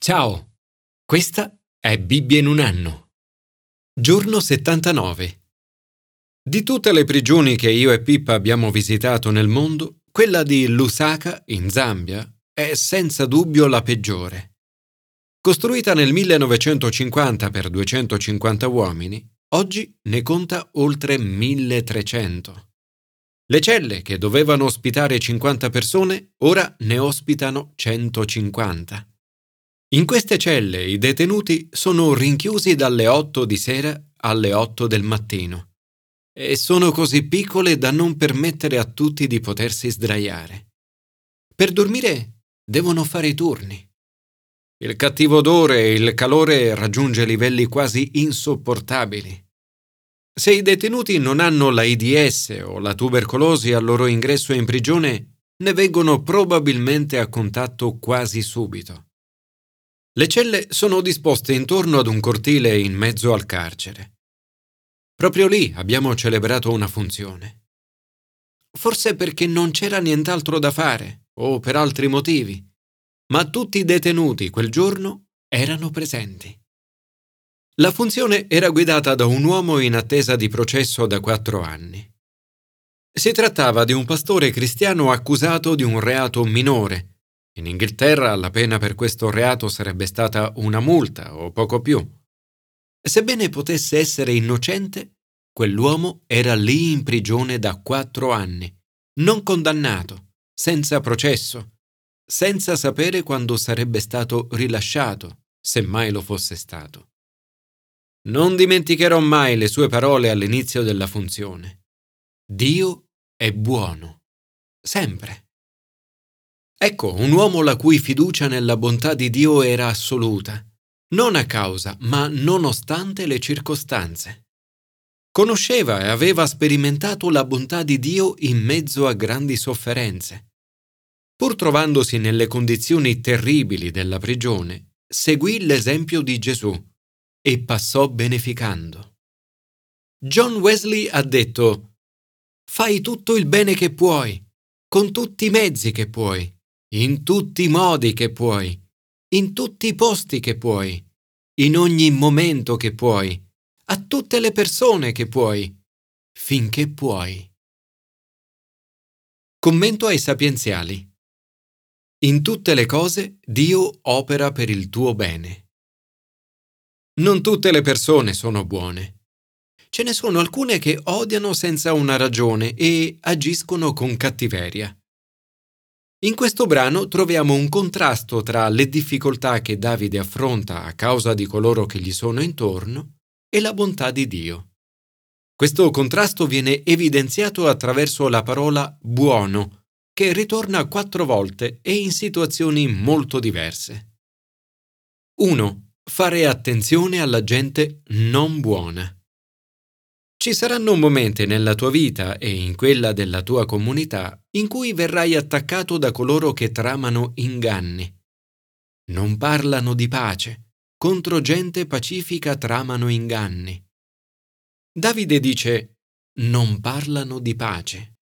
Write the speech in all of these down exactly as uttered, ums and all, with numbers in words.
Ciao, questa è Bibbia in un anno. Giorno settantanove. Di tutte le prigioni che io e Pippa abbiamo visitato nel mondo, quella di Lusaka, in Zambia, è senza dubbio la peggiore. Costruita nel millenovecentocinquanta per duecentocinquanta uomini, oggi ne conta oltre milletrecento. Le celle, che dovevano ospitare cinquanta persone, ora ne ospitano centocinquanta. In queste celle i detenuti sono rinchiusi dalle otto di sera alle otto del mattino e sono così piccole da non permettere a tutti di potersi sdraiare. Per dormire devono fare i turni. Il cattivo odore e il calore raggiunge livelli quasi insopportabili. Se i detenuti non hanno l'AIDS o la tubercolosi al loro ingresso in prigione, ne vengono probabilmente a contatto quasi subito. Le celle sono disposte intorno ad un cortile in mezzo al carcere. Proprio lì abbiamo celebrato una funzione. Forse perché non c'era nient'altro da fare, o per altri motivi, ma tutti i detenuti quel giorno erano presenti. La funzione era guidata da un uomo in attesa di processo da quattro anni. Si trattava di un pastore cristiano accusato di un reato minore. In Inghilterra la pena per questo reato sarebbe stata una multa o poco più. Sebbene potesse essere innocente, quell'uomo era lì in prigione da quattro anni, non condannato, senza processo, senza sapere quando sarebbe stato rilasciato, se mai lo fosse stato. Non dimenticherò mai le sue parole all'inizio della funzione. Dio è buono, sempre. Ecco un uomo la cui fiducia nella bontà di Dio era assoluta, non a causa, ma nonostante le circostanze. Conosceva e aveva sperimentato la bontà di Dio in mezzo a grandi sofferenze. Pur trovandosi nelle condizioni terribili della prigione, seguì l'esempio di Gesù e passò beneficando. John Wesley ha detto: «Fai tutto il bene che puoi, con tutti i mezzi che puoi, in tutti i modi che puoi, in tutti i posti che puoi, in ogni momento che puoi, a tutte le persone che puoi, finché puoi». Commento ai sapienziali. In tutte le cose Dio opera per il tuo bene. Non tutte le persone sono buone. Ce ne sono alcune che odiano senza una ragione e agiscono con cattiveria. In questo brano troviamo un contrasto tra le difficoltà che Davide affronta a causa di coloro che gli sono intorno e la bontà di Dio. Questo contrasto viene evidenziato attraverso la parola buono, che ritorna quattro volte e in situazioni molto diverse. uno. Fare attenzione alla gente non buona. Ci saranno momenti nella tua vita e in quella della tua comunità in cui verrai attaccato da coloro che tramano inganni. Non parlano di pace, contro gente pacifica tramano inganni. Davide dice: non parlano di pace.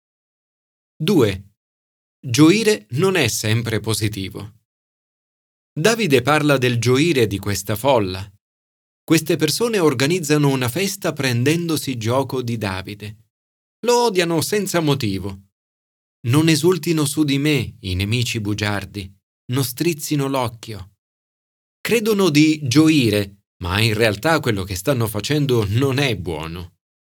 due. Gioire non è sempre positivo. Davide parla del gioire di questa folla. Queste persone organizzano una festa prendendosi gioco di Davide. Lo odiano senza motivo. Non esultino su di me i nemici bugiardi, non strizzino l'occhio. Credono di gioire, ma in realtà quello che stanno facendo non è buono.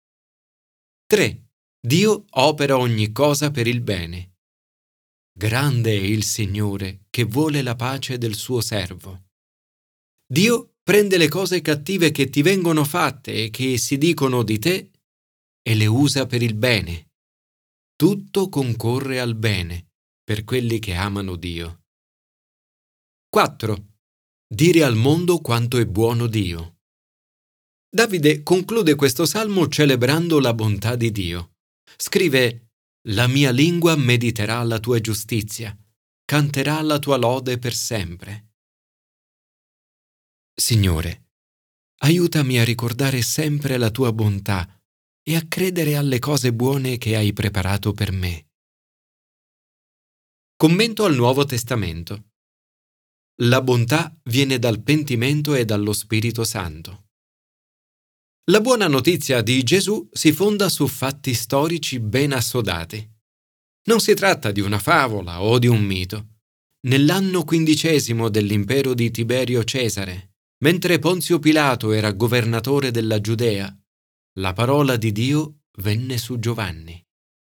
tre. Dio opera ogni cosa per il bene. Grande è il Signore che vuole la pace del suo servo. Dio prende le cose cattive che ti vengono fatte e che si dicono di te e le usa per il bene. Tutto concorre al bene per quelli che amano Dio. quattro. Dire al mondo quanto è buono Dio. Davide conclude questo salmo celebrando la bontà di Dio. Scrive: «La mia lingua mediterà la tua giustizia, canterà la tua lode per sempre». Signore, aiutami a ricordare sempre la tua bontà e a credere alle cose buone che hai preparato per me. Commento al Nuovo Testamento. La bontà viene dal pentimento e dallo Spirito Santo. La buona notizia di Gesù si fonda su fatti storici ben assodati. Non si tratta di una favola o di un mito. Nell'anno quindicesimo dell'impero di Tiberio Cesare, mentre Ponzio Pilato era governatore della Giudea, la parola di Dio venne su Giovanni.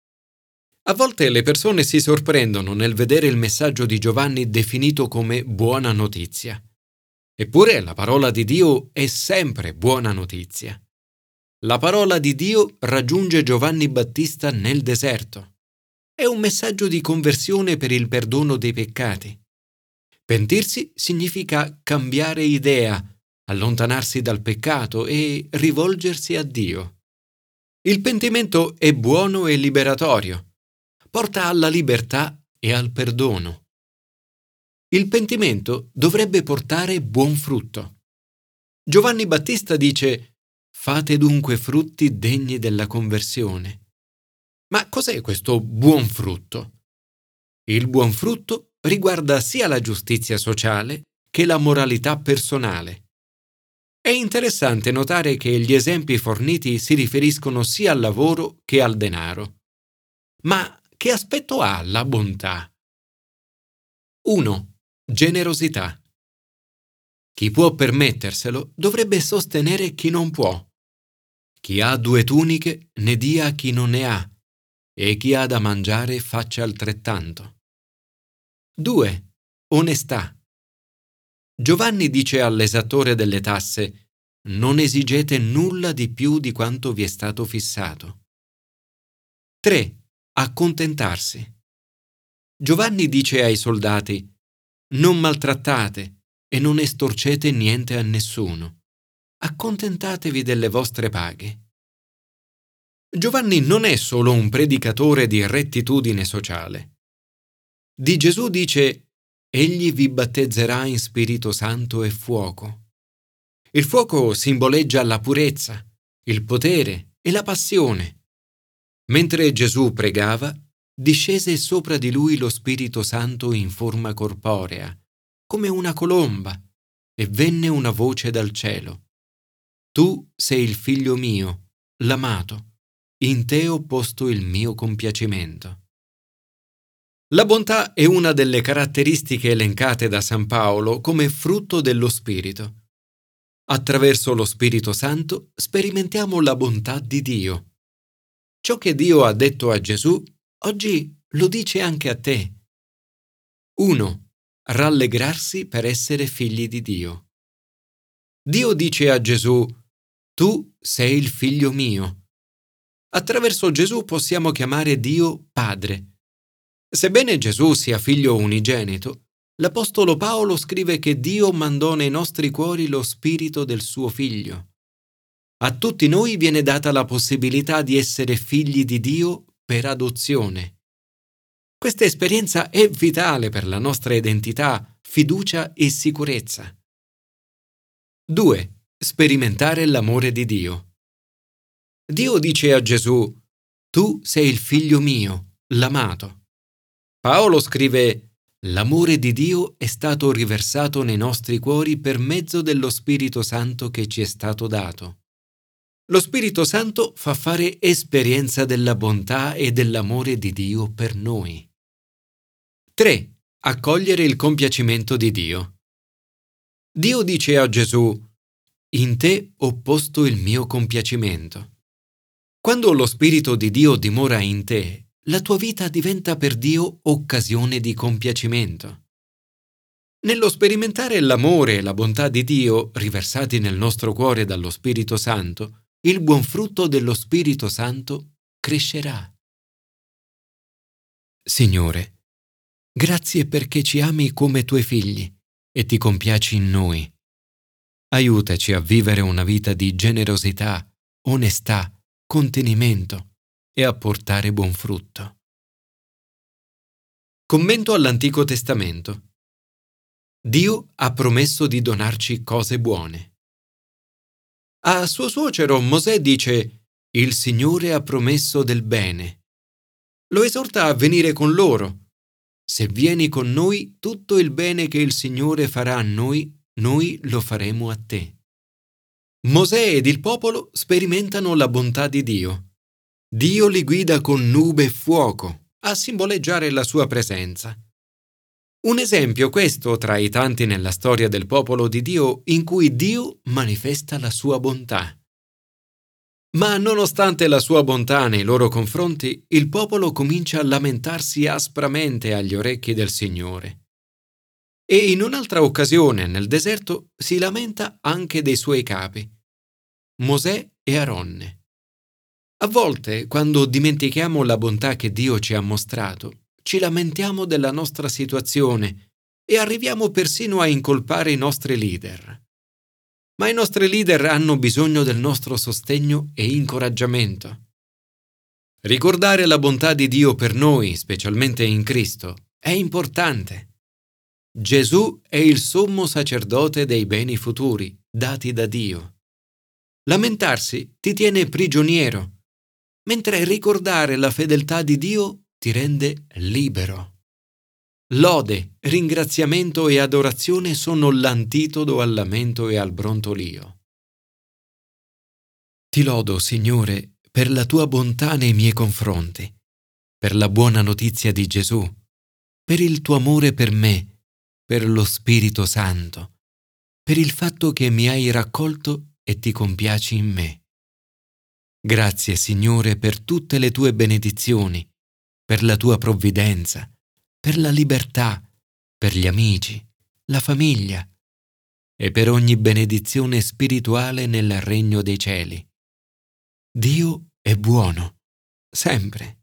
A volte le persone si sorprendono nel vedere il messaggio di Giovanni definito come buona notizia. Eppure la parola di Dio è sempre buona notizia. La parola di Dio raggiunge Giovanni Battista nel deserto. È un messaggio di conversione per il perdono dei peccati. Pentirsi significa cambiare idea, allontanarsi dal peccato e rivolgersi a Dio. Il pentimento è buono e liberatorio. Porta alla libertà e al perdono. Il pentimento dovrebbe portare buon frutto. Giovanni Battista dice: «Fate dunque frutti degni della conversione». Ma cos'è questo buon frutto? Il buon frutto riguarda sia la giustizia sociale che la moralità personale. È interessante notare che gli esempi forniti si riferiscono sia al lavoro che al denaro. Ma che aspetto ha la bontà? uno. Generosità. Chi può permetterselo dovrebbe sostenere chi non può. Chi ha due tuniche ne dia a chi non ne ha, e chi ha da mangiare faccia altrettanto. due. Onestà. Giovanni dice all'esattore delle tasse: «Non esigete nulla di più di quanto vi è stato fissato». tre. Accontentarsi. Giovanni dice ai soldati: «Non maltrattate e non estorcete niente a nessuno. Accontentatevi delle vostre paghe». Giovanni non è solo un predicatore di rettitudine sociale. Di Gesù dice: «Egli vi battezzerà in Spirito Santo e fuoco». Il fuoco simboleggia la purezza, il potere e la passione. Mentre Gesù pregava, discese sopra di lui lo Spirito Santo in forma corporea, come una colomba, e venne una voce dal cielo: «Tu sei il figlio mio, l'amato. In te ho posto il mio compiacimento». La bontà è una delle caratteristiche elencate da San Paolo come frutto dello Spirito. Attraverso lo Spirito Santo sperimentiamo la bontà di Dio. Ciò che Dio ha detto a Gesù, oggi lo dice anche a te. uno. Rallegrarsi per essere figli di Dio. Dio dice a Gesù: «Tu sei il figlio mio». Attraverso Gesù possiamo chiamare Dio Padre. Sebbene Gesù sia figlio unigenito, l'Apostolo Paolo scrive che Dio mandò nei nostri cuori lo spirito del suo Figlio. A tutti noi viene data la possibilità di essere figli di Dio per adozione. Questa esperienza è vitale per la nostra identità, fiducia e sicurezza. due. Sperimentare l'amore di Dio. Dio dice a Gesù: «Tu sei il figlio mio, l'amato». Paolo scrive: «L'amore di Dio è stato riversato nei nostri cuori per mezzo dello Spirito Santo che ci è stato dato». Lo Spirito Santo fa fare esperienza della bontà e dell'amore di Dio per noi. tre. Accogliere il compiacimento di Dio. Dio dice a Gesù: «In te ho posto il mio compiacimento». Quando lo Spirito di Dio dimora in te, la tua vita diventa per Dio occasione di compiacimento. Nello sperimentare l'amore e la bontà di Dio riversati nel nostro cuore dallo Spirito Santo, il buon frutto dello Spirito Santo crescerà. Signore, grazie perché ci ami come tuoi figli e ti compiaci in noi. Aiutaci a vivere una vita di generosità, onestà, contenimento e a portare buon frutto. Commento all'Antico Testamento. Dio ha promesso di donarci cose buone. A suo suocero Mosè dice: «Il Signore ha promesso del bene». Lo esorta a venire con loro. Se vieni con noi, tutto il bene che il Signore farà a noi, noi lo faremo a te. Mosè ed il popolo sperimentano la bontà di Dio. Dio li guida con nube e fuoco, a simboleggiare la sua presenza. Un esempio questo tra i tanti nella storia del popolo di Dio in cui Dio manifesta la sua bontà. Ma nonostante la sua bontà nei loro confronti, il popolo comincia a lamentarsi aspramente agli orecchi del Signore. E in un'altra occasione nel deserto si lamenta anche dei suoi capi, Mosè e Aronne. A volte, quando dimentichiamo la bontà che Dio ci ha mostrato, ci lamentiamo della nostra situazione e arriviamo persino a incolpare i nostri leader. Ma i nostri leader hanno bisogno del nostro sostegno e incoraggiamento. Ricordare la bontà di Dio per noi, specialmente in Cristo, è importante. Gesù è il sommo sacerdote dei beni futuri, dati da Dio. Lamentarsi ti tiene prigioniero, mentre ricordare la fedeltà di Dio ti rende libero. Lode, ringraziamento e adorazione sono l'antidoto al lamento e al brontolio. Ti lodo, Signore, per la tua bontà nei miei confronti, per la buona notizia di Gesù, per il tuo amore per me, per lo Spirito Santo, per il fatto che mi hai raccolto e ti compiaci in me. Grazie, Signore, per tutte le tue benedizioni, per la tua provvidenza, per la libertà, per gli amici, la famiglia e per ogni benedizione spirituale nel regno dei cieli. Dio è buono, sempre.